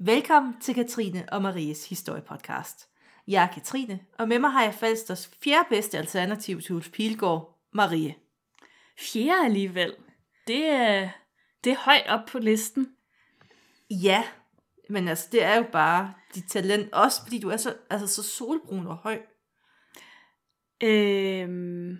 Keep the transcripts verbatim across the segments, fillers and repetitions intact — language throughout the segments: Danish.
Velkommen til Katrine og Maries historiepodcast. Jeg er Katrine, og med mig har jeg Falsters fjerde bedste alternativ til Ulf Pilgaard, Marie. Fjerde alligevel. Det er, det er højt op på listen. Ja, men altså, det er jo bare dit talent, også fordi du er så, altså, så solbrun og høj. Øhm,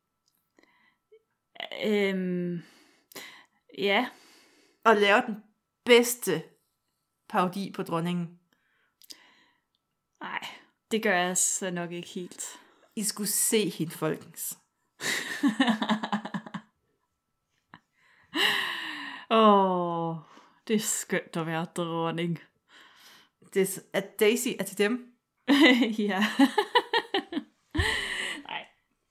øhm, ja. Og laver den bedste parodi på dronningen. Nej, det gør jeg så nok ikke helt. I skulle se hende, folkens. Åh, oh, det er skønt at være dronning. Det er, at Daisy er til dem. Ja. Nej.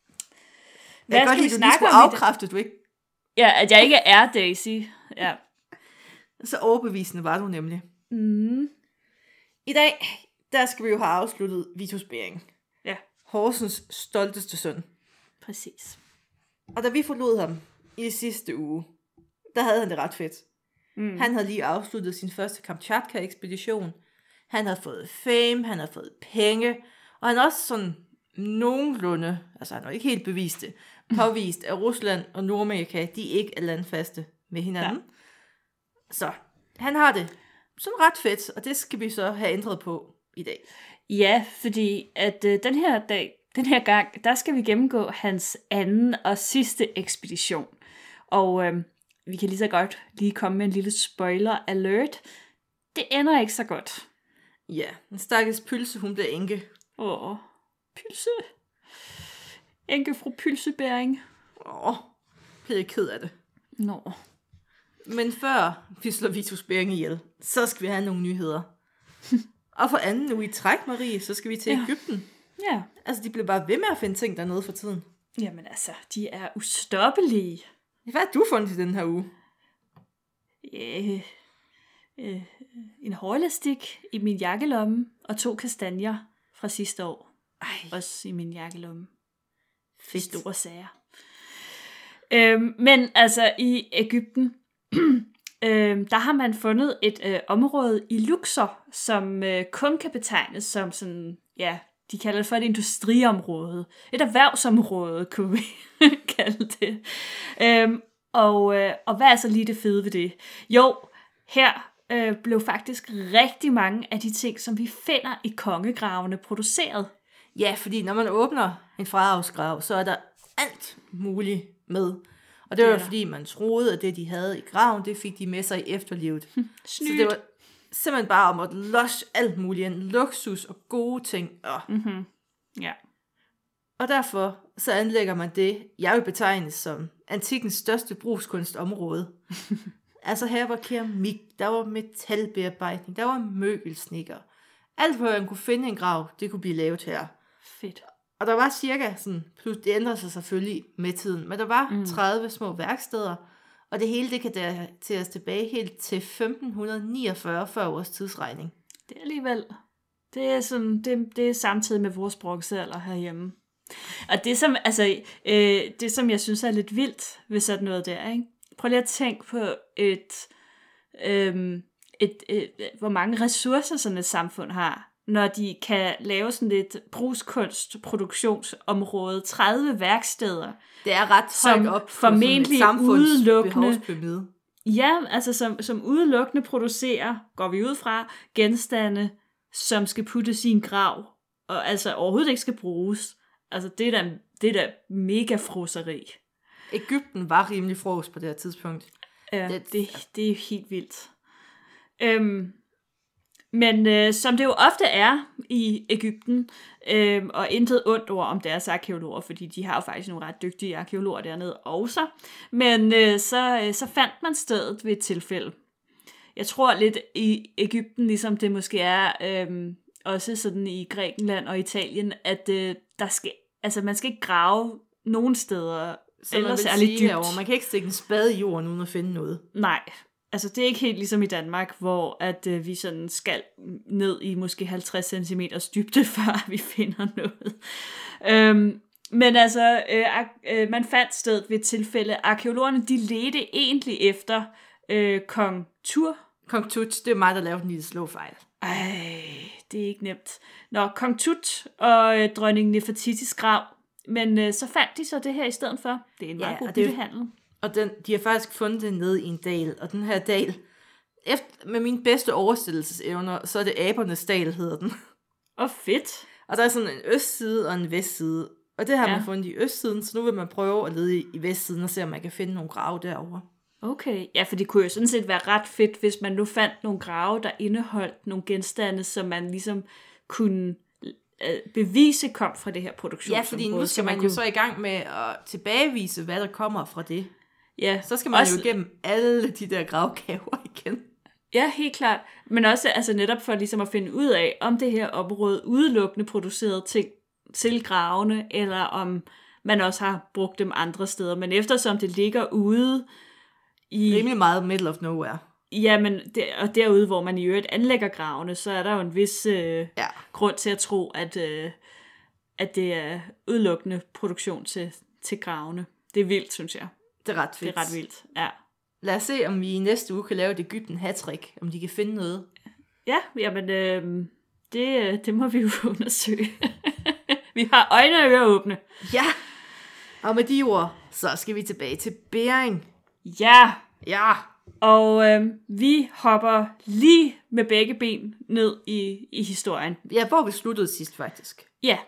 Hvad jeg skal vi snakke om? Afkræfte, du ikke? Ja, at jeg ikke er Daisy. Ja. Så overbevisende var du nemlig. Mm. I dag, der skal vi jo have afsluttet Vitus Bering. Ja. Horsens stolteste søn. Præcis. Og da vi forlod ham i sidste uge, der havde han det ret fedt. Mm. Han havde lige afsluttet sin første Kamchatka-ekspedition. Han havde fået fame, han havde fået penge, og han også sådan nogenlunde, altså han har ikke helt bevist det, påvist, at Rusland og Nordamerika, de ikke er landfaste med hinanden. Ja. Så han har det sådan ret fedt, og det skal vi så have ændret på i dag. Ja, fordi at øh, den her dag, den her gang, der skal vi gennemgå hans anden og sidste ekspedition. Og øh, vi kan lige så godt lige komme med en lille spoiler alert. Det ender ikke så godt. Ja, en stakkels Pølse, hun blev enke. Åh, Pølse. Enke fru Pølsebæring. Åh, bliver jeg ked af det. Nå. Men før vi slår Vitus Bering ihjel, så skal vi have nogle nyheder. Og for anden uge i træk, Marie, så skal vi til ja. Egypten. Ja. Altså, de bliver bare ved med at finde ting dernede for tiden. Jamen altså, de er ustoppelige. Hvad har du fundet i den her uge? Øh, øh, en hårelastik i min jakkelomme og to kastanjer fra sidste år. Ej. Også i min jakkelomme. Fedt. Store sager. Øhm, men altså, i Egypten, øhm, der har man fundet et øh, område i Luxor, som øh, kun kan betegnes som sådan, ja, de kalder det for et industriområde. Et erhvervsområde, kunne vi kalde det. Øhm, og, øh, og hvad er så lige det fede ved det? Jo, her øh, blev faktisk rigtig mange af de ting, som vi finder i kongegravene, produceret. Ja, fordi når man åbner en frahavsgrav, så er der alt muligt med. Og det var jo fordi, man troede, at det, de havde i graven, det fik de med sig i efterlivet. Så det var simpelthen bare om at losse alt muligt, en luksus og gode ting. Og, mm-hmm. Ja. og derfor så anlægger man det, jeg vil betegne som antikkens største brugskunstområde. Altså her var keramik, der var metalbearbejdning, der var møbelsnikker. Alt, hvor man kunne finde en grav, det kunne blive lavet her. Fedt. Og der var cirka sådan, plus det ændrede sig selvfølgelig med tiden, men der var mm. tredive små værksteder, og det hele det kan datere os tilbage helt til femten niogfyrre før vores tidsregning. Det er alligevel, det er, sådan, det, det er samtidig med vores bronzealder herhjemme. Og det som, altså, øh, det som jeg synes er lidt vildt ved sådan noget der, ikke? Prøv lige at tænke på et, øh, et, et, et, hvor mange ressourcer sådan et samfund har, når de kan lave sådan et brugskunstproduktionsområde, tredive værksteder. Det er ret højt op for formentlig udelukkende. Ja, altså som, som udelukkende producerer, går vi ud fra, genstande, som skal puttes i en grav, og altså overhovedet ikke skal bruges. Altså det er da, det er da mega froseri. Egypten var rimelig fros på det her tidspunkt. Ja, det, det, det er helt vildt. Øhm, Men øh, som det jo ofte er i Egypten, øh, og intet ondt ord om deres arkæologer, fordi de har jo faktisk nogle ret dygtige arkæologer dernede også, men øh, så, øh, så fandt man stedet ved et tilfælde. Jeg tror lidt i Egypten, ligesom det måske er øh, også sådan i Grækenland og Italien, at øh, der skal, altså man skal ikke grave nogen steder, så ellers man er lidt dybt. Herovre, man kan ikke stikke en spade i jorden uden at finde noget. Nej. Altså, det er ikke helt ligesom i Danmark, hvor at øh, vi sådan skal ned i måske halvtreds centimeter dybde, før vi finder noget. Øhm, men altså, øh, øh, man fandt stedet ved et tilfælde. Arkæologerne, de ledte egentlig efter øh, kong Tur. Kong Tut, det er mig, der lavede den lille slåfejl. Ej, det er ikke nemt. Nå, Kong Tut og øh, dronning Nefertitis grav. Men øh, så fandt de så det her i stedet for. Det er en meget Ja, god og det er- byttehandel. Og den, de har faktisk fundet det nede i en dal, og den her dal, efter, med mine bedste oversættelsesevner, så er det abernes dal, hedder den. Og fedt. Og der er sådan en østside og en vestside, og det har Ja. man fundet i østsiden, så nu vil man prøve at lede i, i vestsiden og se, om man kan finde nogle grave derovre. Okay, ja, for det kunne jo sådan set være ret fedt, hvis man nu fandt nogle grave, der indeholdt nogle genstande, som man ligesom kunne øh, bevise kom fra det her Ja, produktionsområde. fordi nu så skal man jo kunne- så i gang med at tilbagevise, hvad der kommer fra det. Ja, Så skal man også, jo igennem alle de der gravgaver igen. Ja, helt klart. Men også altså netop for ligesom at finde ud af, om det her område udelukkende producerede ting til gravene, eller om man også har brugt dem andre steder. Men eftersom det ligger ude i... Rimelig meget middle of nowhere. Ja, men der, og derude, hvor man i øvrigt anlægger gravene, så er der jo en vis øh, Ja. grund til at tro, at, øh, at det er udelukkende produktion til, til gravene. Det er vildt, synes jeg. Det er ret Det fedt. er ret vildt, ja. Lad os se, om vi i næste uge kan lave et Egypten hattrick, om de kan finde noget. Ja, jamen, øh, det, det må vi jo undersøge. Vi har øjne og ører åbne. Ja, og med de ord, så skal vi tilbage til Bering. Ja, Ja, og øh, vi hopper lige med begge ben ned i, i historien. ja, hvor vi sluttede sidst faktisk. Ja,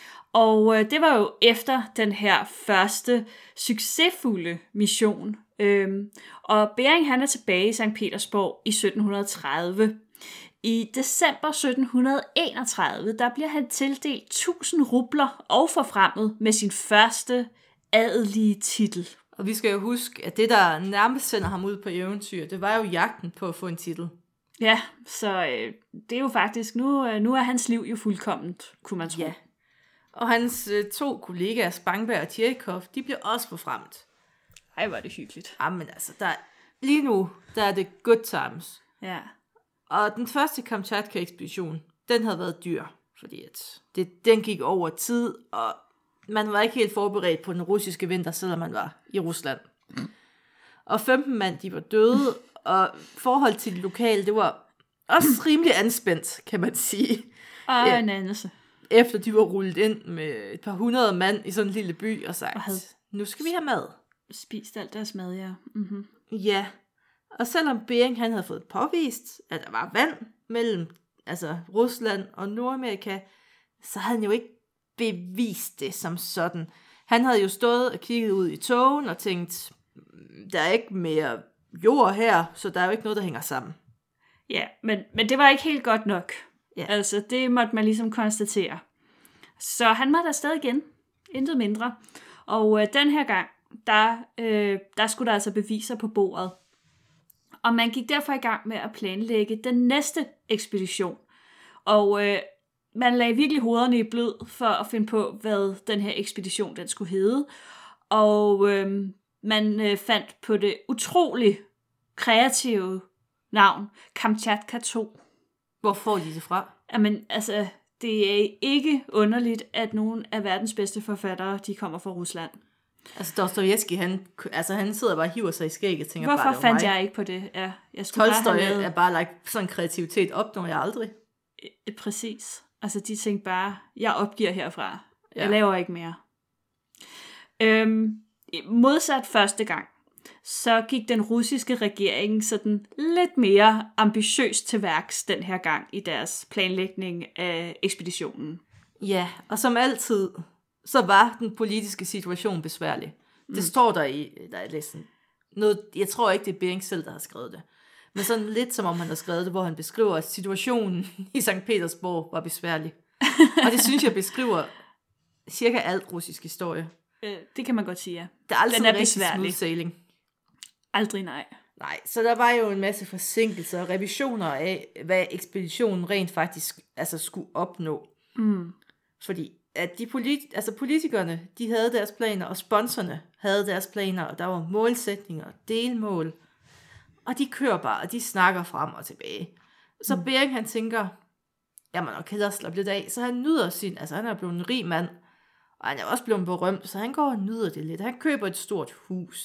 og øh, det var jo efter den her første succesfulde mission. Øhm, og Bering han er tilbage i Sankt Petersborg i sytten tredive. I december sytten enogtredive, der bliver han tildelt tusind rubler og forfremmet med sin første adelige titel. Og vi skal jo huske, at det, der nærmest sender ham ud på eventyr, det var jo jagten på at få en titel. Ja, så øh, det er jo faktisk, nu, øh, nu er hans liv jo fuldkomment, kunne man tro. Ja. Og hans øh, to kollegaer, Spangberg og Tjerikov, de bliver også forfremmet. Ej, hvor er det hyggeligt. Jamen altså, der, lige nu, der er det good times. Ja. Og den første Kamchatka-ekspedition, den havde været dyr, fordi at det, den gik over tid, og man var ikke helt forberedt på den russiske vinter, selvom man var i Rusland. Mm. Og femten mand, de var døde, og forhold til det lokale, det var også rimelig anspændt, kan man sige. Og Ja. en anelse. Efter de var rullet ind med et par hundrede mand i sådan en lille by, og sagt, Og havde- nu skal vi have mad. Spist alt deres mad, ja. Mm-hmm. Ja, og selvom Bering han havde fået påvist, at der var vand mellem altså Rusland og Nordamerika, så havde han jo ikke bevist det som sådan. Han havde jo stået og kigget ud i togen og tænkt, der er ikke mere jord her, så der er jo ikke noget, der hænger sammen. Ja, men, men det var ikke helt godt nok. Ja. Altså, det måtte man ligesom konstatere. Så han måtte afsted igen. Intet mindre. Og øh, den her gang, der, øh, der skulle der altså beviser på bordet. Og man gik derfor i gang med at planlægge den næste ekspedition. Og øh, man lagde virkelig hovederne i blød for at finde på, hvad den her ekspedition den skulle hedde. Og øh, man øh, fandt på det utrolig kreative navn Kamchatka to. Hvor får de det fra? Jamen, altså, det er ikke underligt, at nogle af verdens bedste forfattere, de kommer fra Rusland. Altså Dostojevski, han, altså, han sidder bare og hiver sig i skægget og tænker Hvorfor bare, det var fandt mig. jeg ikke på det? Ja, jeg skulle bare Tolstoy have lavet... er bare lagt sådan kreativitet op, når jeg aldrig. Øh, Præcis. Altså, de tænkte bare, jeg opgiver herfra. Jeg Ja. laver ikke mere. Øhm, modsat første gang, så gik den russiske regering sådan lidt mere ambitiøst til værks den her gang i deres planlægning af ekspeditionen. Ja, og som altid, så var den politiske situation besværlig. Mm. Det står der i, der er læsen. Noget, jeg tror ikke, det er Bering selv, der har skrevet det. Men sådan lidt som om han har skrevet det, hvor han beskriver, at situationen i Sankt Petersborg var besværlig. Og det synes jeg beskriver cirka alt russisk historie. Øh, det kan man godt sige, ja. Der er altid Den er en rigtig besværlig. smooth sailing. Aldrig nej. Nej, så der var jo en masse forsinkelser og revisioner af, hvad ekspeditionen rent faktisk altså, skulle opnå. Mm. Fordi at de politi- altså politikerne, de havde deres planer, og sponsorerne havde deres planer, og der var målsætninger og delmål. Og de kører bare, og de snakker frem og tilbage. Så mm. Bering, han tænker, jeg må nok hellere slappe lidt af, så han nyder sin, altså han er blevet en rig mand, og han er også blevet berømt, så han går og nyder det lidt. Han køber et stort hus.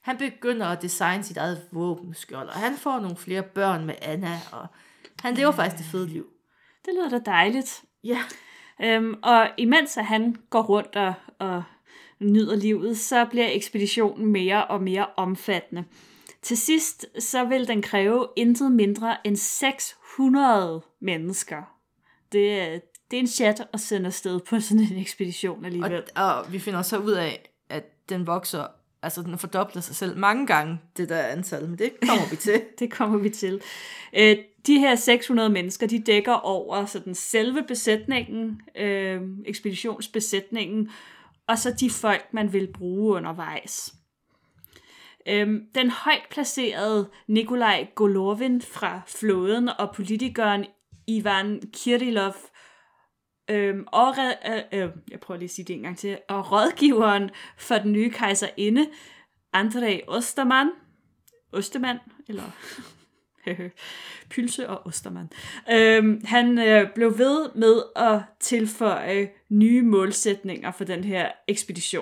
Han begynder at designe sit eget våbenskjold, og han får nogle flere børn med Anna, og han lever faktisk det fede liv. Det lyder da dejligt. Ja. Øhm, og imens han går rundt og, og nyder livet, så bliver ekspeditionen mere og mere omfattende. Til sidst så vil den kræve intet mindre end seks hundrede mennesker. Det, det er en chat at sende afsted på sådan en ekspedition alligevel. Og, og vi finder så ud af, at den vokser, altså den fordobler sig selv mange gange, det der antal, men det kommer vi til. Det kommer vi til. Øh, de her seks hundrede mennesker, de dækker over sådan selve besætningen, øh, ekspeditionsbesætningen, og så de folk, man vil bruge undervejs. Øh, den højt placerede Nikolaj Golovin fra flåden og politikeren Ivan Kirillov, Øhm, og øh, øh, jeg prøver lige at sige det en gang til, og rådgiveren for den nye kejserinde, Andrei Osterman, Osterman, eller Pylse og Osterman, øhm, han øh, blev ved med at tilføje nye målsætninger for den her ekspedition.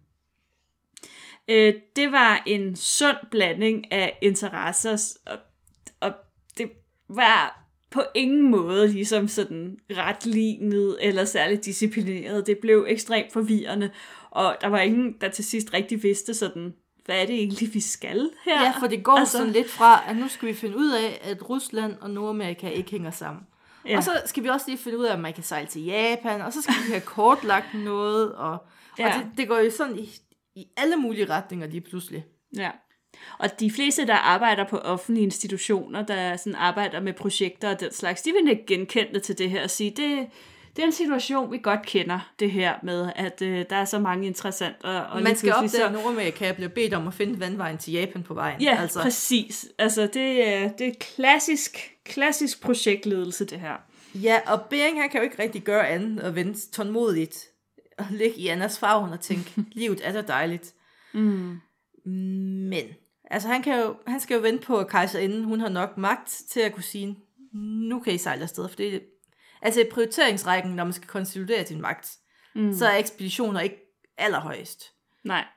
Øh, det var en sund blanding af interesser, og, og det var på ingen måde ligesom sådan retlignet eller særligt disciplineret. Det blev ekstremt forvirrende, og der var ingen, der til sidst rigtig vidste sådan, hvad er det egentlig, vi skal her? Ja, for det går altså, sådan lidt fra, at nu skal vi finde ud af, at Rusland og Nordamerika ikke hænger sammen. Ja. Og så skal vi også lige finde ud af, at man kan sejle til Japan, og så skal vi have kortlagt noget, og, ja. og det, det går jo sådan i, i alle mulige retninger lige pludselig. Ja. Og de fleste, der arbejder på offentlige institutioner, der sådan arbejder med projekter og den slags, de vil ikke genkende det til det her og sige, det, det er en situation, vi godt kender, det her med, at øh, der er så mange interessenter. Og man skal opdage, så... at Nordamerika bliver bedt om at finde vandvejen til Japan på vejen. Ja, altså. Præcis. Altså, det, er, det er klassisk, klassisk projektledelse, det her. Ja, og Bering, han kan jo ikke rigtig gøre andet og vente tålmodigt og ligge i Annas favn og tænke, livet er da dejligt. Mm. Men... Altså, han, kan jo, han skal jo vente på, at kejserinden, hun har nok magt til at kunne sige, nu kan I sejle afsted. For det, altså, i prioriteringsrækken, når man skal konsolidere sin magt, mm. så er ekspeditioner ikke allerhøjest. Nej.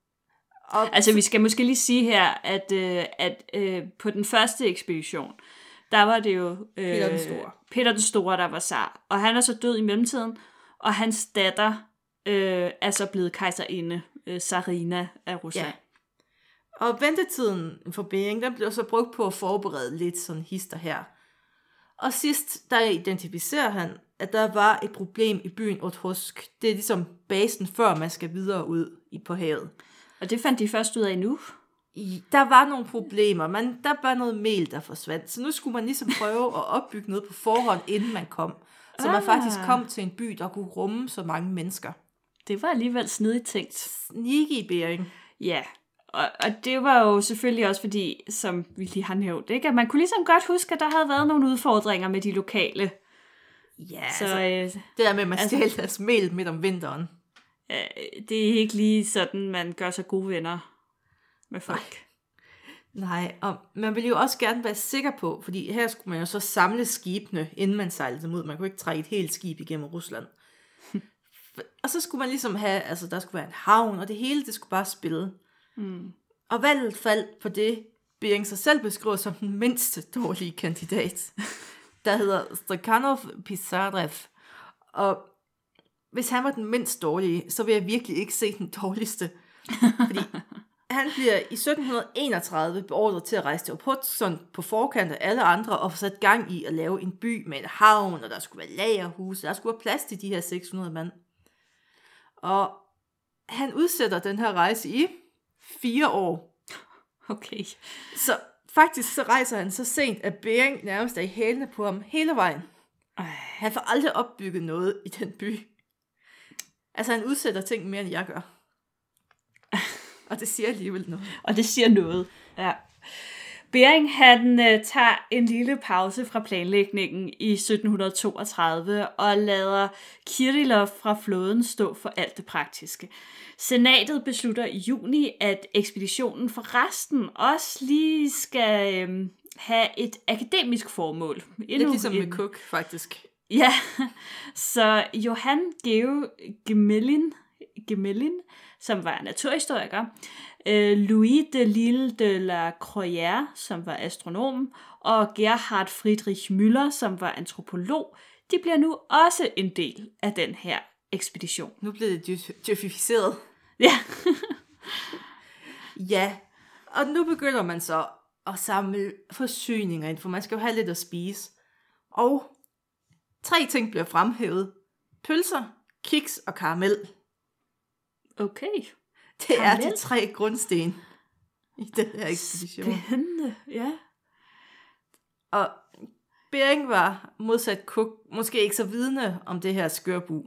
Og altså, vi skal måske lige sige her, at, øh, at øh, på den første ekspedition, der var det jo øh, Peter den Store. Peter den Store, der var zar. Og han er så død i mellemtiden, og hans datter øh, er så blevet kejserinde, øh, Tsarina af Rusland. Ja. Og ventetiden for Bering, den blev så brugt på at forberede lidt sådan hister her. Og sidst, der identificerer han, at der var et problem i byen Okhotsk. Det er ligesom basen, før man skal videre ud i på havet. Og det fandt de først ud af nu? I, der var nogle problemer, men der var noget mel, der forsvandt. Så nu skulle man ligesom prøve at opbygge noget på forhånd, inden man kom. Så ah. man faktisk kom til en by, der kunne rumme så mange mennesker. Det var alligevel snedigt tænkt. Sneaky Bering. Ja, og, og det var jo selvfølgelig også fordi, som vi lige har nævnt, ikke? At man kunne ligesom godt huske, at der havde været nogle udfordringer med de lokale. Ja, så, altså, øh, det der med, at man altså, stjæler deres mel midt om vinteren. Øh, det er ikke lige sådan, man gør sig gode venner med folk. Nej, Nej og man ville jo også gerne være sikker på, fordi her skulle man jo så samle skibene, inden man sejlede dem ud. Man kunne ikke trække et helt skib igennem Rusland. Og så skulle man ligesom have, altså der skulle være en havn, og det hele, det skulle bare spille. Mm. Og valget faldt på det, Bering sig selv beskriver som den mindste dårlige kandidat, der hedder Stakhanov Pisarev. Og hvis han var den mindst dårlige, så vil jeg virkelig ikke se den dårligste. Fordi han bliver i sytten enogtredive beordret til at rejse til Okhotsk på forkant af alle andre, og få sat gang i at lave en by med en havn, og der skulle være lagerhuse, der skulle være plads til de her seks hundrede mand. Og han udsætter den her rejse i fire år. Okay. Så faktisk så rejser han så sent, at Bering nærmest er i hælene på ham hele vejen. Ej. Han får aldrig opbygget noget i den by. Altså han udsætter ting mere, end jeg gør. Og det siger alligevel noget. Og det siger noget, ja. Bering, han øh, tager en lille pause fra planlægningen i sytten toogtredive og lader Kirillov fra flåden stå for alt det praktiske. Senatet beslutter i juni, at ekspeditionen for resten også lige skal øh, have et akademisk formål. Lidt ligesom med Cook, faktisk. Ja, så Johann Georg Gmelin, Gemelin, som var naturhistoriker, øh, Louis de Lille de la Croyère, som var astronom, og Gerhard Friedrich Müller, som var antropolog, de bliver nu også en del af den her ekspedition. Nu bliver det djøfificeret. Ja. Ja, og nu begynder man så at samle forsyninger ind, for man skal jo have lidt at spise. Og tre ting bliver fremhævet. Pølser, kiks og karamel. Okay. Det karamel? er de tre grundsten i den her ekspedition. Spændende, ja. Og Bering var modsat Cook måske ikke så vidne om det her skørbu.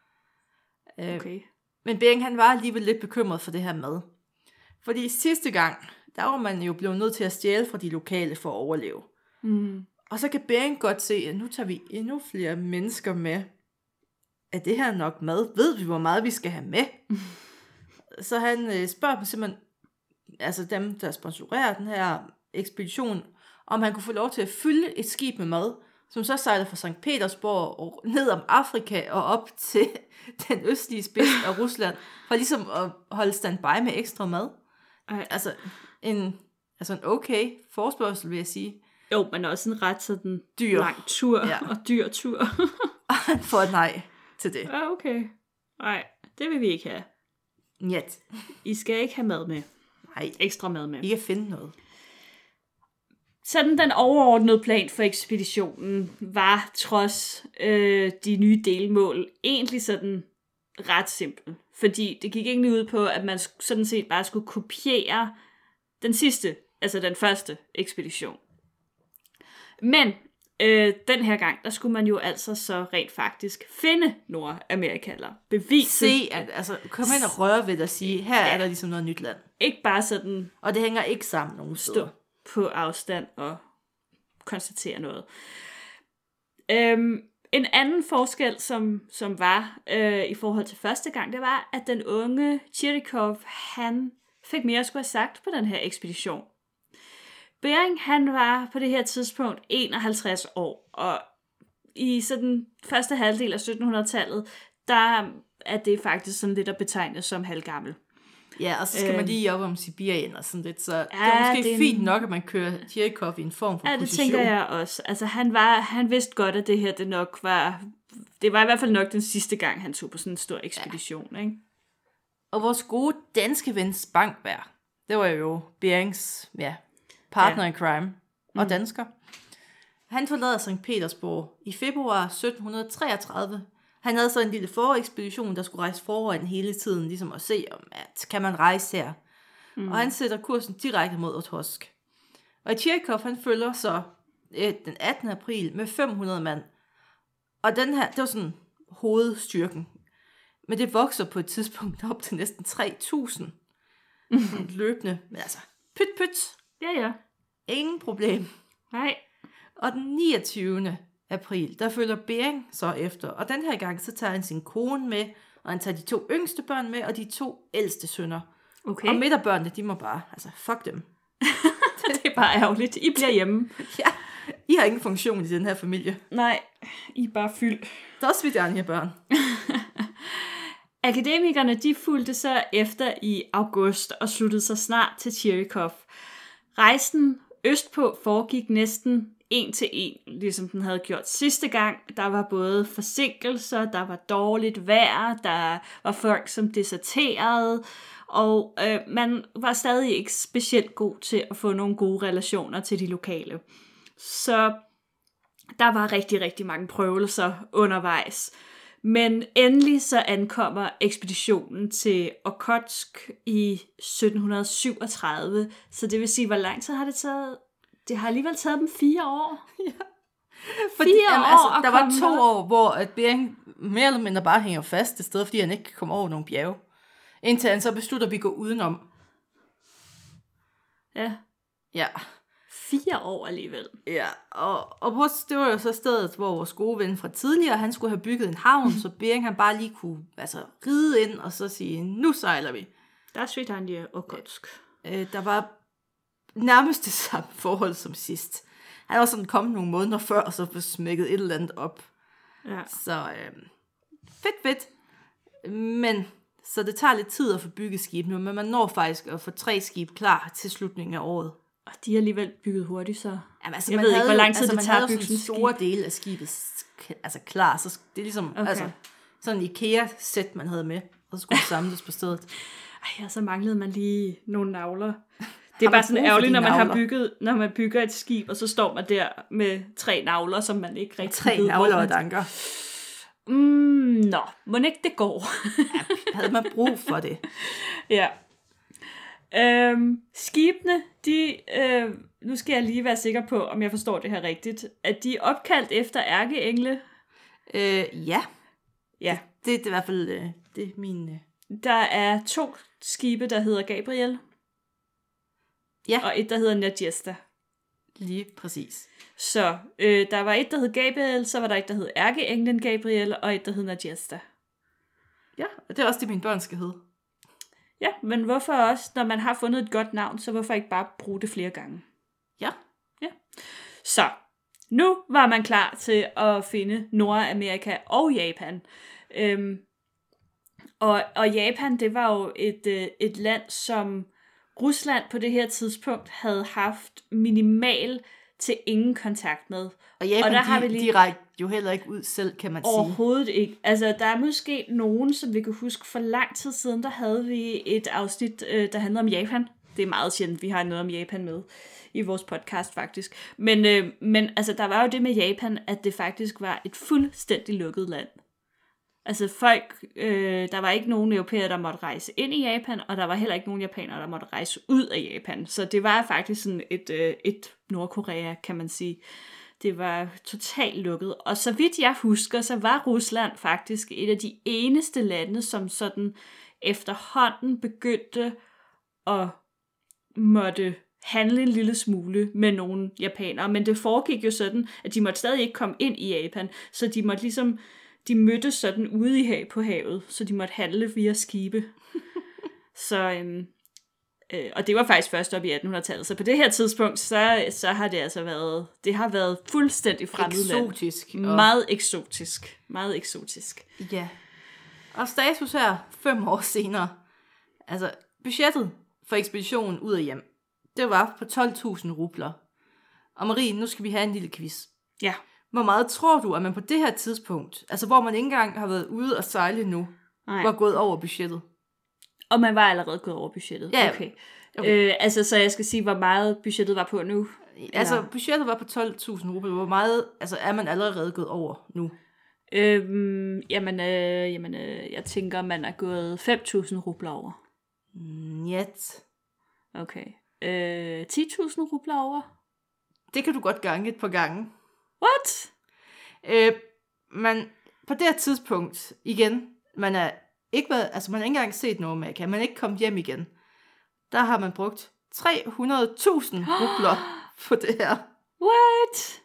Okay. Men Bering han var alligevel lidt bekymret for det her mad. Fordi sidste gang, der var man jo blevet nødt til at stjæle fra de lokale for at overleve. Mm. Og så kan Bering godt se, at nu tager vi endnu flere mennesker med. Er det her nok mad? Ved vi, hvor meget vi skal have med? Mm. Så han øh, spørger dem simpelthen, altså dem, der sponsorerer den her ekspedition, om han kunne få lov til at fylde et skib med mad, som så sejler fra Sankt Petersborg og ned om Afrika og op til den østlige spids af Rusland, for ligesom at holde standby med ekstra mad. Ej. Altså en, altså en okay forspørgsel, vil jeg sige. Jo, men også en ret sådan dyr. lang tur Ja. og dyr tur. Og han får et nej til det. Ja, okay. Nej, det vil vi ikke have. Njet. I skal ikke have mad med. Nej, Ekstra mad med. I kan finde noget. Sådan den overordnede plan for ekspeditionen var trods øh, de nye delmål egentlig sådan ret simpel. Fordi det gik egentlig ud på, at man sådan set bare skulle kopiere den sidste, altså den første ekspedition. Men øh, den her gang, der skulle man jo altså så rent faktisk finde Nordamerika, eller bevise. Se, at, altså kom ind og røre ved at sige, her er der ligesom noget nyt land. Ikke bare sådan Og det hænger ikke sammen nogen stå steder. på afstand og konstatere noget. Øhm, en anden forskel, som, som var øh, i forhold til første gang, det var, at den unge Chirikov, han fik mere at skulle have sagt på den her ekspedition. Bering, han var på det her tidspunkt enoghalvtreds år, og i sådan første halvdel af syttenhundredetallet, der er det faktisk sådan lidt at betegne som halvgammel. Ja, og så skal øh, man lige op om Sibirien og sådan lidt, så ja, det er måske det er fint en... nok, at man kører Tjerikov i en form for ja, det position. tænker jeg også. Altså, han, var, han vidste godt, at det her det nok var... Det var i hvert fald nok den sidste gang, han tog på sådan en stor ekspedition, ja. Ikke? Og vores gode danske ven Spangberg, det var jo Berings ja, partner ja. in crime og mm. dansker. Han forlader Sankt Petersborg i februar sytten treogtredive. Han havde så en lille forekspedition, der skulle rejse foran hele tiden, ligesom at se, om at kan man rejse her. Mm. Og han sætter kursen direkte mod Otorsk. Og Tjerikov, han følger så øh, den attende april med fem hundrede mand. Og den her, det var sådan hovedstyrken. Men det vokser på et tidspunkt op til næsten tre tusind mm. løbende. Men altså, pyt pyt. Ja, ja. Ingen problem. Nej. Og den niogtyvende april, der følger Bering så efter. Og den her gang, så tager han sin kone med, og han tager de to yngste børn med, og de to ældste sønner. Okay. Og midterbørnene, de må bare, altså fuck dem. Det er bare ærgerligt. I bliver hjemme. Ja, I har ingen funktion i den her familie. Nej, I er bare fyld. Der er også vidt her børn. Akademikerne, de fulgte så efter i august og sluttede sig snart til Chirikov. Rejsen østpå foregik næsten en til en, ligesom den havde gjort sidste gang. Der var både forsinkelser, der var dårligt vejr, der var folk, som deserterede, og øh, man var stadig ikke specielt god til at få nogle gode relationer til de lokale. Så der var rigtig, rigtig mange prøvelser undervejs. Men endelig så ankommer ekspeditionen til Okhotsk i sytten syvogtredive, så det vil sige, hvor lang tid har det taget? Det har alligevel taget dem fire år. Ja. Fordi, fire jamen, år altså, der var to der. år, hvor at Bering mere eller mindre bare hænger fast et sted, fordi han ikke kan komme over nogle bjerge. Indtil han så beslutter, at vi går udenom. Ja. Ja. Fire år alligevel. Ja, og, og det var jo så stedet, hvor vores gode ven fra tidligere, han skulle have bygget en havn, så Bering han bare lige kunne altså, ride ind og så sige, nu sejler vi. Der svigt han i Okhotsk. Øh, der var nærmest det samme forhold som sidst. Han var sådan kommet nogle måneder før, og så smækket et eller andet op. Ja. Så øh, fedt, fedt. Men Så det tager lidt tid at få bygget skibene, men man når faktisk at få tre skib klar til slutningen af året. Og de er alligevel bygget hurtigt, så... Jamen, altså, jeg man ved havde, ikke, hvor lang tid altså, det tager at bygge bygge sådan en store del af skibet altså klar. Så det er ligesom okay. altså, sådan en IKEA-sæt, man havde med, og så skulle det samles på stedet. Ej, og så manglede man lige nogle navler. Det er bare sådan ærgerligt, når man navler? har bygget, når man bygger et skib, og så står man der med tre navler, som man ikke rigtig tre ved, navler og danker. Mm, nå, må ikke det går. Ja, havde man brug for det. Ja. Øhm, skibene, de, øh, nu skal jeg lige være sikker på, om jeg forstår det her rigtigt, at de er opkaldt efter ærkeengle. Øh, ja. Ja. Det, det, det er i hvert fald øh, det er min... Øh... Der er to skibe, der hedder Gabriel. Ja. Og et, der hedder Nadjesta. Lige præcis. Så øh, der var et, der hed Gabriel, så var der et, der hed ærkeenglen Gabriel, og et, der hed Nadjesta. Ja, og det er også det, mine børn skal hedde. Ja, men hvorfor også, når man har fundet et godt navn, så hvorfor ikke bare bruge det flere gange? Ja. Ja. Så, nu var man klar til at finde Nordamerika og Japan. Øhm, og, og Japan, det var jo et, øh, et land, som Rusland på det her tidspunkt havde haft minimal til ingen kontakt med. Og Japan, og der de, har vi lige... de rækker jo heller ikke ud selv, kan man sige. Overhovedet ikke. Altså, der er måske nogen, som vi kan huske for lang tid siden, der havde vi et afsnit, øh, der handlede om Japan. Det er meget sjældent, vi har noget om Japan med i vores podcast, faktisk. Men, øh, men altså, der var jo det med Japan, at det faktisk var et fuldstændig lukket land. Altså folk, øh, der var ikke nogen europæere, der måtte rejse ind i Japan, og der var heller ikke nogen japanere, der måtte rejse ud af Japan. Så det var faktisk sådan et, øh, et Nordkorea, kan man sige. Det var totalt lukket. Og så vidt jeg husker, så var Rusland faktisk et af de eneste lande, som sådan efterhånden begyndte at måtte handle en lille smule med nogle japanere. Men det foregik jo sådan, at de måtte stadig ikke komme ind i Japan, så de måtte ligesom... De mødtes sådan ude i hav på havet, så de måtte handle via skibe. så, øhm, øh, og det var faktisk først op i attenhundredetallet. Så på det her tidspunkt, så, så har det altså været, det har været fuldstændig fremmed land. Eksotisk. Og... Meget eksotisk. Meget eksotisk. Ja. Og status her, fem år senere. Altså, budgettet for ekspeditionen ud og hjem, det var på tolv tusind rubler. Og Marie, nu skal vi have en lille quiz. Ja. Hvor meget tror du, at man på det her tidspunkt, altså hvor man ikke engang har været ude og sejle nu, Nej. var gået over budgettet? Og man var allerede gået over budgettet? Ja. Okay. okay. Øh, altså, så jeg skal sige, hvor meget budgettet var på nu? Altså, eller? Budgettet var på tolv tusind rubler. Hvor meget altså, er man allerede gået over nu? Øhm, jamen, øh, jamen øh, jeg tænker, man er gået fem tusind rubler over. Njet. Okay. Øh, ti tusind rubler over? Det kan du godt gange et par gange. What? Øh, man, på det her tidspunkt, igen, man er ikke været, altså man har ikke engang set Nordamerika, man er ikke kommet hjem igen. Der har man brugt tre hundrede tusind rubler på det her. What?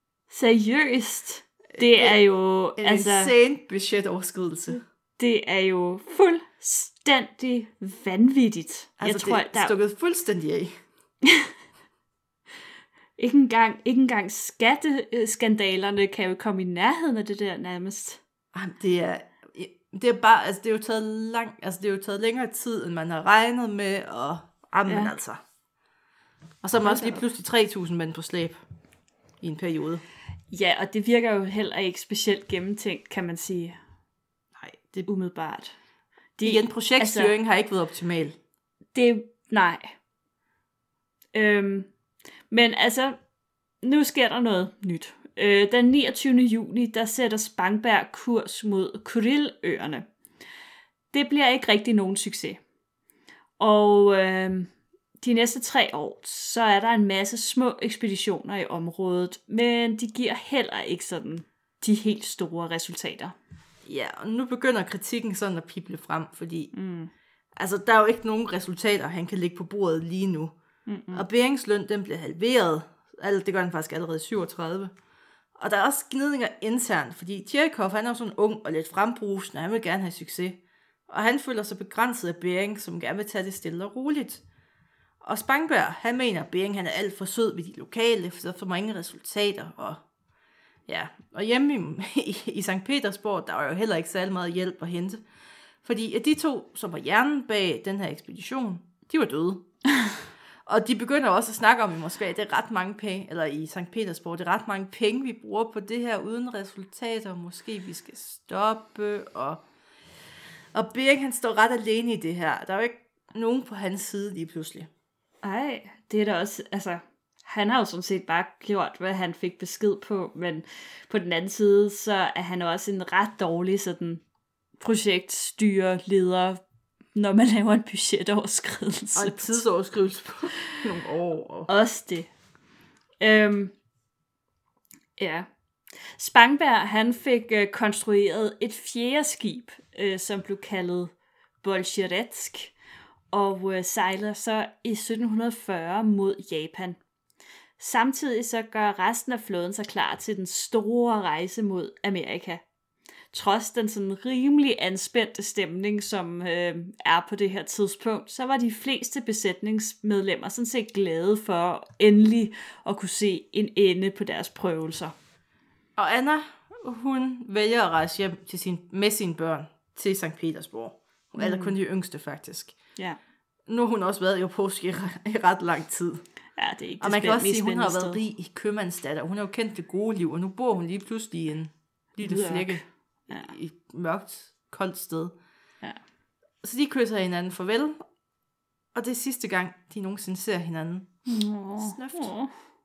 Seriøst? Det er jo... En altså, insane budgetoverskridelse. Det er jo fuldstændig vanvittigt. Altså, jeg tror, det er der... stukket fuldstændig af. Ikke engang, ikke engang skatteskandalerne kan jo komme i nærheden af det der nærmest. Det er, det er bare, altså det er jo taget lang, altså det er jo taget længere tid, end man har regnet med, og jamen ja. altså. Og så er man også lige pludselig tre tusind mænd på slæb i en periode. Ja, og det virker jo heller ikke specielt gennemtænkt, kan man sige. Nej, det er umiddelbart. De, igen, projektstyring altså, har ikke været optimal. Det, nej. Øhm, Men altså, nu sker der noget nyt. Øh, den niogtyvende juni, der sætter Spangberg kurs mod Kurilløerne. Det bliver ikke rigtig nogen succes. Og øh, de næste tre år, så er der en masse små ekspeditioner i området, men de giver heller ikke sådan de helt store resultater. Ja, og nu begynder kritikken sådan at pible frem, fordi mm. altså, der er jo ikke nogen resultater, han kan lægge på bordet lige nu. Mm-mm. Og Berings løn, den bliver halveret. Altså, det gør den faktisk allerede i syvogtredive. Og der er også gnidninger internt, fordi Tjerkov, han er jo sådan ung og lidt frembrusende, og han vil gerne have succes. Og han føler sig begrænset af Bering, som gerne vil tage det stille og roligt. Og Spangberg, han mener, at Bering han er alt for sød ved de lokale, for der får mange resultater. Og, ja. og hjemme i, i, i Sankt Petersborg, der var jo heller ikke særlig meget hjælp at hente. Fordi at de to, som var hjernen bag den her ekspedition, de var døde. Og de begynder også at snakke om i Moskva, det er ret mange penge, eller i Sankt Petersborg, det er ret mange penge, vi bruger på det her uden resultater, måske vi skal stoppe, og, og Bering, han står ret alene i det her. Der er jo ikke nogen på hans side lige pludselig. Ej, det er da også, altså, han har jo sådan set bare gjort, hvad han fik besked på, men på den anden side, så er han også en ret dårlig sådan projektstyreleder, når man laver en budgetoverskridelse. Og en tidsoverskridelse på nogle år. Og... Også det. Øhm, ja. Spangberg, han fik øh, konstrueret et fjerde skib, øh, som blev kaldet Bolsjeretsk, og øh, sejler så i sytten fyrre mod Japan. Samtidig så gør resten af flåden sig klar til den store rejse mod Amerika. Trods den sådan rimelig anspændte stemning, som øh, er på det her tidspunkt, så var de fleste besætningsmedlemmer sådan set glade for endelig at kunne se en ende på deres prøvelser. Og Anna, hun vælger at rejse hjem til sin, med sine børn til Sankt Petersborg. Hun er mm. kun de yngste faktisk. Ja. Nu har hun også været i Opovsk i, i ret lang tid. Ja, det er ikke det og man kan også sige, at hun har sted. været rig i købmandsdatter. Hun har jo kendt det gode liv, og nu bor hun lige pludselig i en lille flække. Ja. I et mørkt, koldt sted. Ja. Så de kysser hinanden farvel, og det er sidste gang, de nogensinde ser hinanden. Åh, Snøft.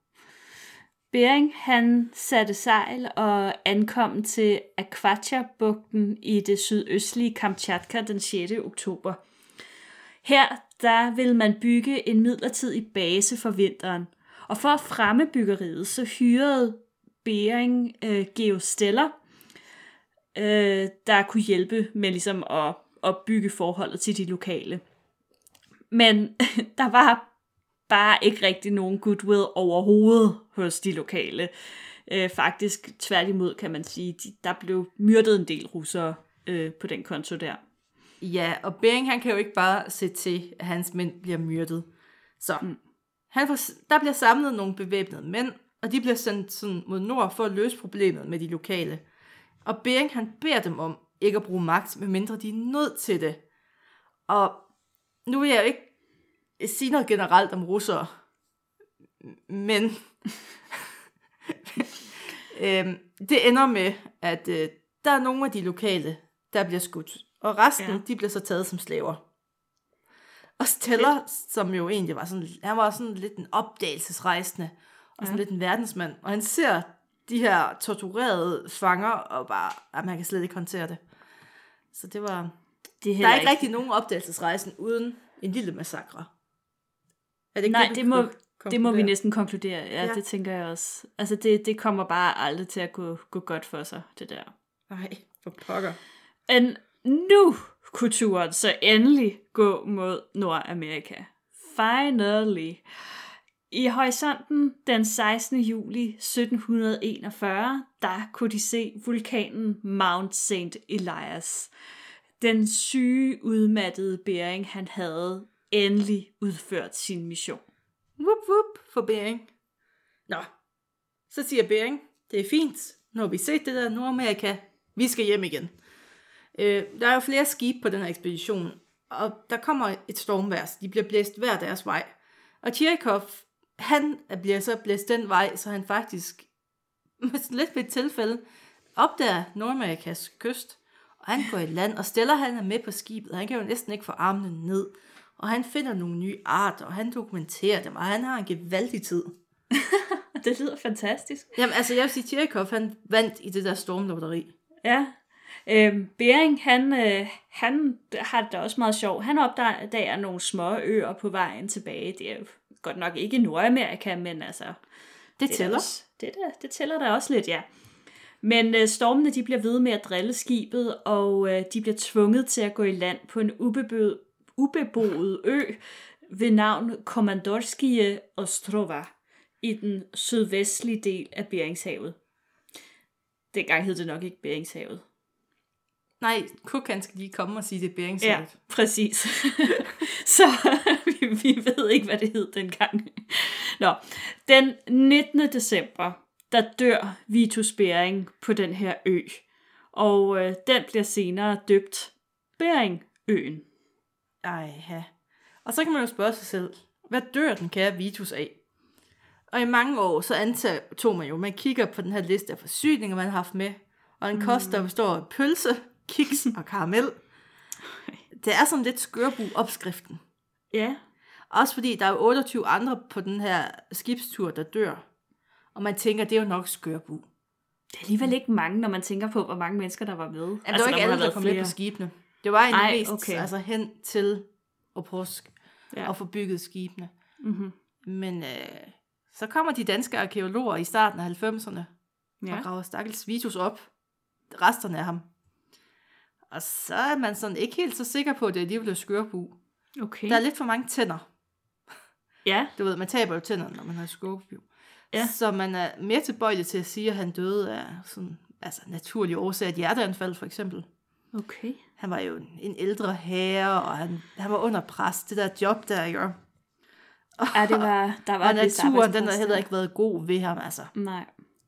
Bering, han satte sejl og ankom til Akvatja-bugten i det sydøstlige Kamchatka den sjette oktober. Her, der vil man bygge en midlertidig base for vinteren. Og for at fremme byggeriet, så hyrede Bering øh, geosteller, øh, der kunne hjælpe med ligesom at, at bygge forholdet til de lokale. Men der var bare ikke rigtig nogen goodwill overhovedet hos de lokale. Øh, faktisk tværtimod kan man sige, de, der blev myrdet en del russere øh, på den konto der. Ja, og Bering, han kan jo ikke bare se til, at hans mænd bliver myrdet. Så mm. han får, der bliver samlet nogle bevæbnede mænd, og de bliver sendt sådan mod nord for at løse problemet med de lokale. Og Bering, han beder dem om ikke at bruge magt, medmindre de er nødt til det. Og nu vil jeg jo ikke sige noget generelt om russere, men øhm, det ender med, at øh, der er nogle af de lokale, der bliver skudt. Og resten, ja. de bliver så taget som slaver. Og Steller, som jo egentlig var sådan, han var sådan lidt en opdagelsesrejsende, og sådan ja. lidt en verdensmand. Og han ser de her torturerede fanger, og bare, at man kan slet ikke håndtere det. Så det var, det er der er ikke, ikke rigtig nogen opdagelsesrejsen uden en lille massakre. Er det ikke Nej, det, det må, det må vi næsten konkludere. Ja, ja, det tænker jeg også. Altså, det, det kommer bare aldrig til at gå, gå godt for sig, det der. Nej, for pokker. Men nu kunne turen så endelig gå mod Nordamerika. Finally. I horisonten den sekstende juli sytten enogfyrre, der kunne de se vulkanen Mount Saint Elias. Den syge, udmattede Bering, han havde endelig udført sin mission. Wup, wup for Bering. Nå, så siger Bering, det er fint, nu har vi set det der Nordamerika, vi skal hjem igen. Øh, der er jo flere skibe på den her ekspedition, og der kommer et stormvejr, de bliver blæst hver deres vej. Og Tjerikov, han bliver så blæst den vej, så han faktisk lidt ved et tilfælde opdager Nordamerikas kyst, og han går i land, og Steller, han er med på skibet, og han kan jo næsten ikke få armene ned, og han finder nogle nye arter, og han dokumenterer dem, og han har en gevaldig tid. Det lyder fantastisk. Jamen altså, jeg vil sige, Tjerikov, han vandt i det der stormlotteri. Ja. Øhm, Bering, han, øh, han har det da også meget sjovt. Han opdager nogle små øer på vejen tilbage. Det er jo godt nok ikke Nordamerika, men altså... Det, det tæller. Også, det, der, det tæller da også lidt, ja. Men øh, stormene, de bliver ved med at drille skibet, og øh, de bliver tvunget til at gå i land på en ubeboet, ubeboet ø ved navn Komandorskije Ostrova i den sydvestlige del af Beringshavet. Dengang hed det nok ikke Beringshavet. Nej, Cook, han skal lige komme og sige, det er Beringshavet. Ja, præcis. Så vi, vi ved ikke, hvad det hed dengang. Nå, den nittende december, der dør Vitus Bering på den her ø. Og øh, den bliver senere døbt Bering-øen. Ej, ja. Og så kan man jo spørge sig selv, hvad dør den kære Vitus af? Og i mange år, så antog man jo, man kigger på den her liste af forsyninger, man har haft med, og en kost, der består af pølse, kiks og karamel. Det er sådan lidt skørbu-opskriften. Ja. Også fordi der er otteogtyve andre på den her skibstur, der dør. Og man tænker, det er jo nok skørbu. Det er alligevel ikke mange, når man tænker på, hvor mange mennesker, der var med. Jamen, altså, det var ikke alle, der kom med på skibene. Det var egentlig Ej, mest okay. altså, hen til Oprosk Ja. og få bygget skibene. Mm-hmm. Men øh, så kommer de danske arkeologer i starten af halvfemserne Ja. og graver stakkels Vitus op. Resterne af ham. Og så er man sådan ikke helt så sikker på, at det alligevel er skørbu. Okay. Der er lidt for mange tænder. Ja. Du ved, man taber jo tænderne, når man har skørbu. Ja. Så man er mere tilbøjelig til at sige, at han døde af sådan, altså naturlig årsag, et hjerteanfald for eksempel. Okay. Han var jo en, en ældre herre, og han, han var under pres. Det der job der, jo. Og, Ja, det var, der var og et vist naturen, den har arbejdspres heller der. ikke været god ved ham, altså. Nej.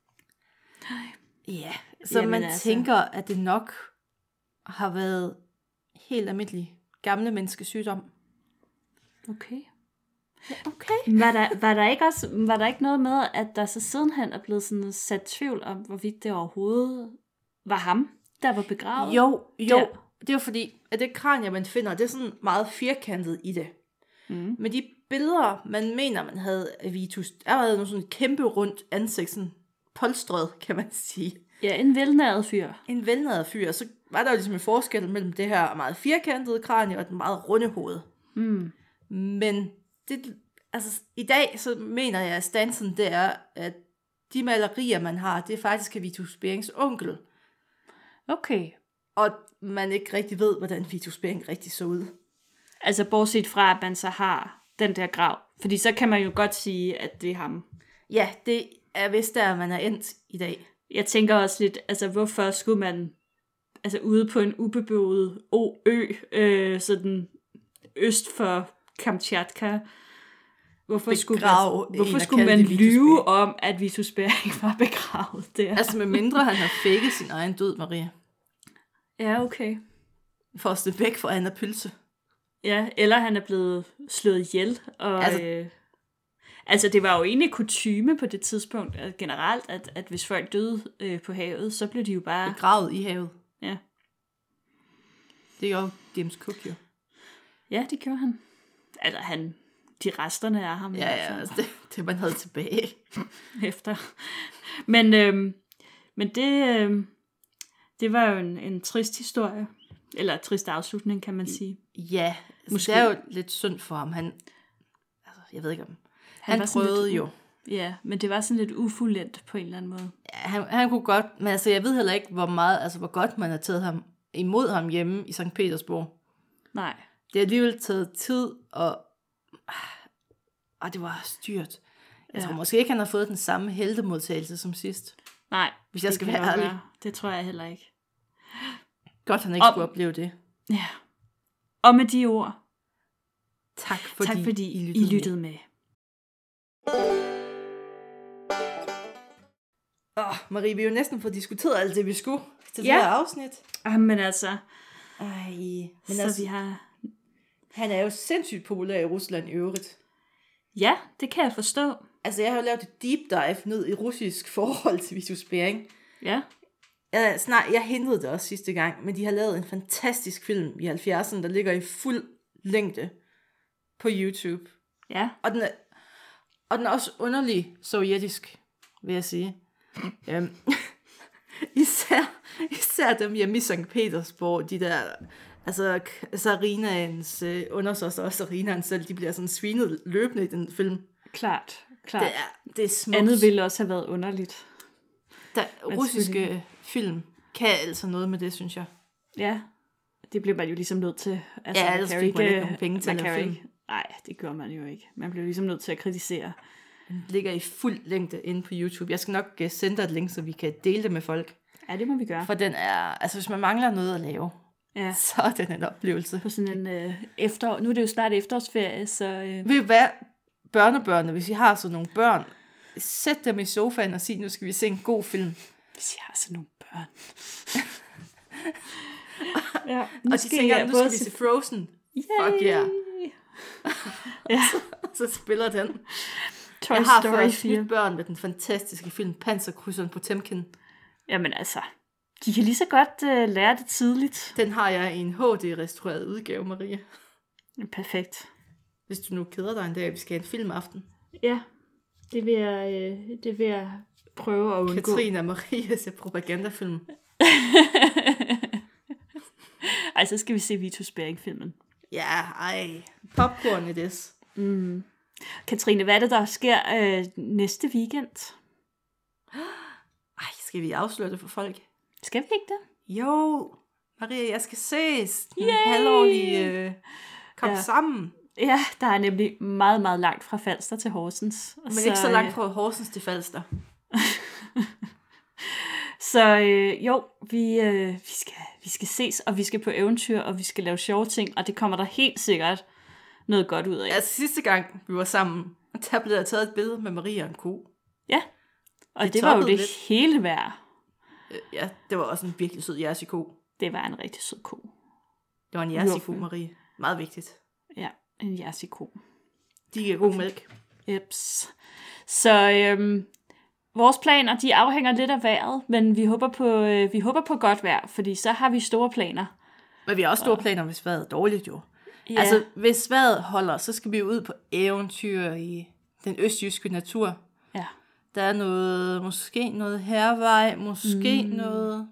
Ja, så Jamen man altså. tænker, at det nok har været helt almindelig gamle menneskesygdom. Okay. Ja, okay. Var der, var der ikke også var der ikke noget med, at der så sidenhen er blevet sådan sat tvivl om, hvorvidt det overhovedet var ham, der var begravet? Jo, jo. Ja. Det er jo fordi, at det kranie, man finder, det er sådan meget firkantet i det. Mm. Men de billeder, man mener, man havde af Vitus, der havde nogle sådan kæmpe rundt ansigt, sådan polstret, kan man sige. Ja, en velnæret fyr. En velnæret fyr, så var der jo ligesom en forskel mellem det her meget firkantede kranie og den meget runde hoved. Mm. Men det, altså, i dag, så mener jeg, at stansen det er, at de malerier, man har, det er faktisk af Vitus Berings onkel. Okay. Og man ikke rigtig ved, hvordan Vitus Bering rigtig så ud. Altså bortset fra, at man så har den der grav. Fordi så kan man jo godt sige, at det er ham. Ja, det er vist der, man er endt i dag. Jeg tænker også lidt, altså hvorfor skulle man, altså ude på en ubeboet ø, øh, sådan øst for Kamchatka, hvorfor skulle Begrave man, hvorfor en, der skulle kaldte man det Vitus lyve Bering. om, at Vitus Bering var begravet der? Altså med mindre han har faked sin egen død, Maria. Ja, okay. For at slippe væk fra Anna Pølse. Ja, eller han er blevet slået ihjel. Og, Altså- altså, øh, altså det var jo egentlig kutyme på det tidspunkt, at generelt, at, at hvis folk døde øh, på havet, så blev de jo bare... Begravet i havet. Ja, Det gjorde James Cook jo. ja det gjorde han. Altså han, de resterne af ham. i Ja, hvert ja, fald. altså det, det man havde tilbage. Efter. Men, øhm, men det, øhm, det var jo en, en trist historie. Eller en trist afslutning, kan man sige. Ja, altså, Måske. det er jo lidt synd for ham. Han, altså, jeg ved ikke om... Han, han var sådan prøvede lidt- jo. Ja, men det var sådan lidt ufuldendt på en eller anden måde. Ja, han, han kunne godt, men altså, jeg ved heller ikke, hvor meget, altså, hvor godt man har taget ham imod ham hjemme i Sankt Petersborg. Nej. Det har alligevel taget tid, og, og det var styrt. Jeg tror Ja. måske ikke, han har fået den samme heltemodtagelse som sidst. Nej, Hvis jeg det skal kan være nok ærlig. Det tror jeg heller ikke. Godt, han ikke Og- skulle opleve det. Ja. Og med de ord, Tak fordi, tak fordi I I lyttede, lyttede med. Åh, oh, Marie, vi har jo næsten fået diskuteret alt det, vi skulle til Ja. det her afsnit. Ah, men altså, Ej, men så altså, vi har... han er jo sindssygt populær i Rusland i øvrigt. Ja, det kan jeg forstå. Altså, jeg har jo lavet et deep dive ned i russisk forhold til Vitus Bering. Ja. Jeg, snart, jeg hentede det også sidste gang, men de har lavet en fantastisk film i halvfjerdserne, der ligger i fuld længde på YouTube. Ja. Og den er, og den er også underlig sovjetisk, vil jeg sige. øhm, især, især dem hjemme i Sankt Petersborg, de der, altså Sarinaens øh, undersøster og Sarinaen selv, de bliver sådan svinet løbende i den film. Klart. Klart. Det er, det er smukt. Andet ville også have været underligt. Der, Men russiske selvfølgelig. film kan altså noget med det, synes jeg. Ja. Det blev man jo ligesom nødt til. Altså, Ja, man ellers kan jo fik man ikke- ikke nogen penge til man at kan lave jo film. ikke- Nej, det gør man jo ikke. Man blev ligesom nødt til at kritisere. Den ligger i fuld længde inde på YouTube. Jeg skal nok øh, sende dig et link, så vi kan dele det med folk. Ja, det må vi gøre. For den er, altså hvis man mangler noget at lave, Ja. så er den en oplevelse. På sådan en øh, efter... Nu er det jo snart efterårsferie, så... Øh, Ved I hvad, børnebørnene, hvis I har sådan nogle børn, sæt dem i sofaen og sig, nu skal vi se en god film. hvis jeg har sådan nogle børn. Ja, og de tænker, at nu skal vi se Frozen. Yay! Fuck yeah. Ja. så, så spiller den. Toy Jeg har Story før fire. snydt børn med den fantastiske film Panserkrydseren Potemkin. Jamen altså, de kan lige så godt uh, lære det tidligt. Den har jeg i en H D-restaureret udgave, Marie. Perfekt. Hvis du nu keder dig en dag, vi skal have en filmaften. Ja, det vil jeg, øh, det vil jeg prøve at undgå. Katrine og Marie ser propagandafilm. Ej, så skal vi se Vitus Bering-filmen. Ja, ej. Popcorn i det. Mm. Katrine, hvad er det, der sker øh, næste weekend? Ej, skal vi afsløre det for folk? Skal vi ikke det? Jo, Maria, jeg skal ses. Den Yay! halvårlige øh, kom Ja. sammen. Ja, der er nemlig meget, meget langt fra Falster til Horsens. Men så, ikke så langt fra Horsens til Falster. Så øh, jo, vi, øh, vi, skal, vi skal ses, og vi skal på eventyr, og vi skal lave sjove ting, og det kommer der helt sikkert noget godt ud af. Altså sidste gang, vi var sammen, der blev der taget et billede med Maria og en ko. Ja, og det, Det det var jo toppede det lidt. hele værd. Øh, Ja, det var også en virkelig sød jersey-ko. Det var en rigtig sød ko. Det var en jersey-ko, Marie. Meget vigtigt. Ja, en jersey-ko. De giver god mælk. Jeps. Så øhm, vores planer, de afhænger lidt af vejret, men vi håber på, øh, vi håber på godt vejr, fordi så har vi store planer. Men vi har også store planer, hvis vejret er dårligt jo. Ja. Altså, hvis vejret holder, så skal vi jo ud på eventyr i den østjyske natur. Ja. Der er noget, måske noget hervej, måske mm. noget,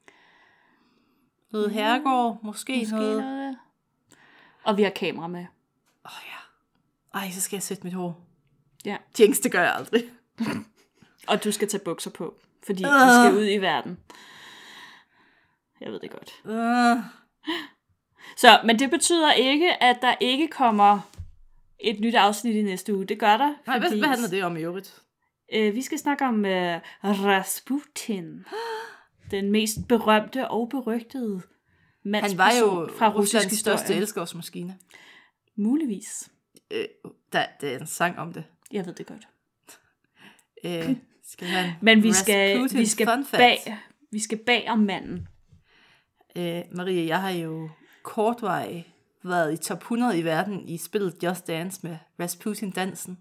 noget herregård, måske, Måske noget. noget. Og vi har kamera med. Åh oh, ja. Ej, så skal jeg sætte mit hår. Ja. Jinx, det gør jeg aldrig. Og du skal tage bukser på, fordi Øh. vi skal ud i verden. Jeg ved det godt. Uh. Så, men det betyder ikke, at der ikke kommer et nyt afsnit i næste uge. Det gør der. Nej, hvad, hvad handler det om i øvrigt? Øh, vi skal snakke om øh, Rasputin. Den mest berømte og berygtede mandsperson Han var jo fra russisk Ruslands historie. største elskovsmaskine. Muligvis. Øh, der, der er en sang om det. Jeg ved det godt. Øh, skal vi have en Men vi skal, Rasputin's vi skal, fun fact? bag, vi skal bag om manden. Øh, Maria, jeg har jo kortvarigt været i top hundrede i verden i spillet Just Dance med Rasputin-dansen.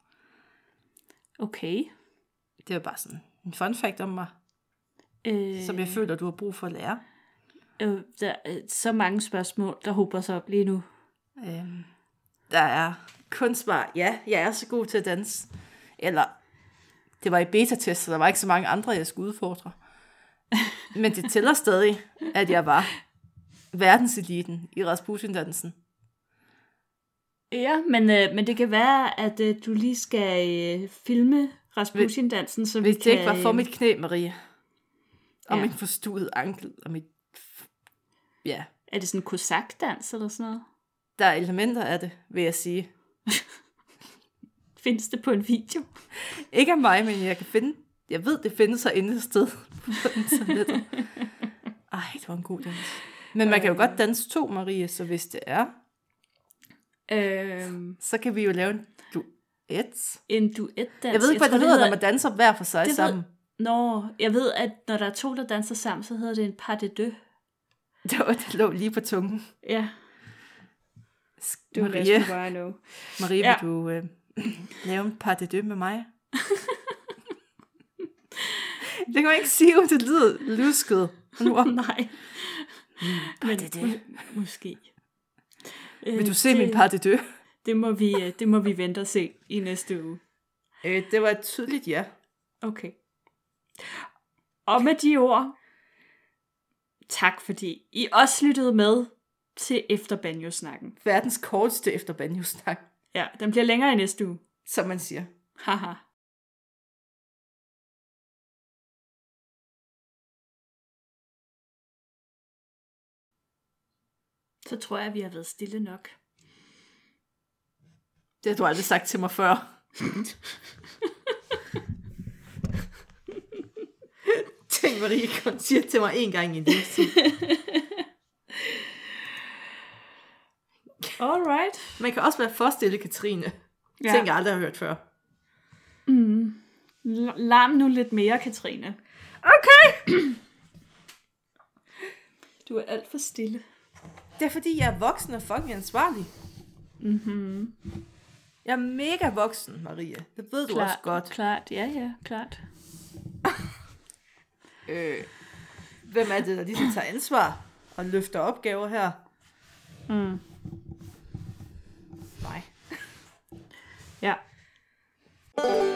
Okay. Det er jo bare sådan en fun fact om mig, Øh, som jeg føler, du har brug for at lære. øh, der er så mange spørgsmål, der hober sig op lige nu. Øh, der er kun svar, ja, jeg er så god til at danse. Eller, det var i beta-test, så der var ikke så mange andre, jeg skulle udfordre. Men det tæller stadig, at jeg var verdenseliten i Rasputin-dansen. Ja, men, øh, men det kan være, at øh, du lige skal øh, filme Rasputin-dansen, så Hvis vi det kan... ikke var for mit knæ, Marie, og Ja. min forstuede ankel, og mit... Ja, Er det sådan en kosak-dans eller sådan noget? der er elementer af det, vil jeg sige. Findes det på en video? Ikke af mig, men jeg kan finde... Jeg ved, det findes herinde et sted på internettet. Ej, det var en god dans. Men man kan jo godt danse to, Marie, så hvis det er, Øhm, så kan vi jo lave en duet. en duet-dans. Jeg ved ikke, hvad tror, det hedder, når man danser hver for sig det sammen. Ved... Nå, jeg ved, at når der er to, der danser sammen, så hedder det en pas de deux. Det, var, det lå lige på tungen. Ja, det var Marie, næsten bare I know. Marie, Ja. vil du øh, lave en pas de deux med mig? Det kan man ikke sige, om det lyder lusket. Nu om. Nej, Pas de deux. må- måske. Vil du Øh, se det, min pas de deux? det, må vi, øh, det må vi vente og se i næste uge. Øh, det var et tydeligt ja. Okay. Og med de ord, tak fordi I også lyttede med til Efter Banjo-snakken. Verdens korteste efter banjo-snak, Ja, den bliver længere i næste uge. som man siger. Haha. Så tror jeg, vi har været stille nok. Det har du aldrig sagt til mig før. Tænk, Marie kun siger til mig en gang i livet. Alright. Man kan også være for stille, Katrine. Ja. Tænk, jeg aldrig har hørt før. Mm. L- larm nu lidt mere, Katrine. Okay. Du er alt for stille. Det er fordi, jeg er voksen og fucking ansvarlig. Mhm. Jeg er mega voksen, Maria. Det ved du Klar, også godt. Klart, ja, ja, klart. øh, hvem er det, der ligesom tager ansvar og løfter opgaver her? Mm. Nej. Ja.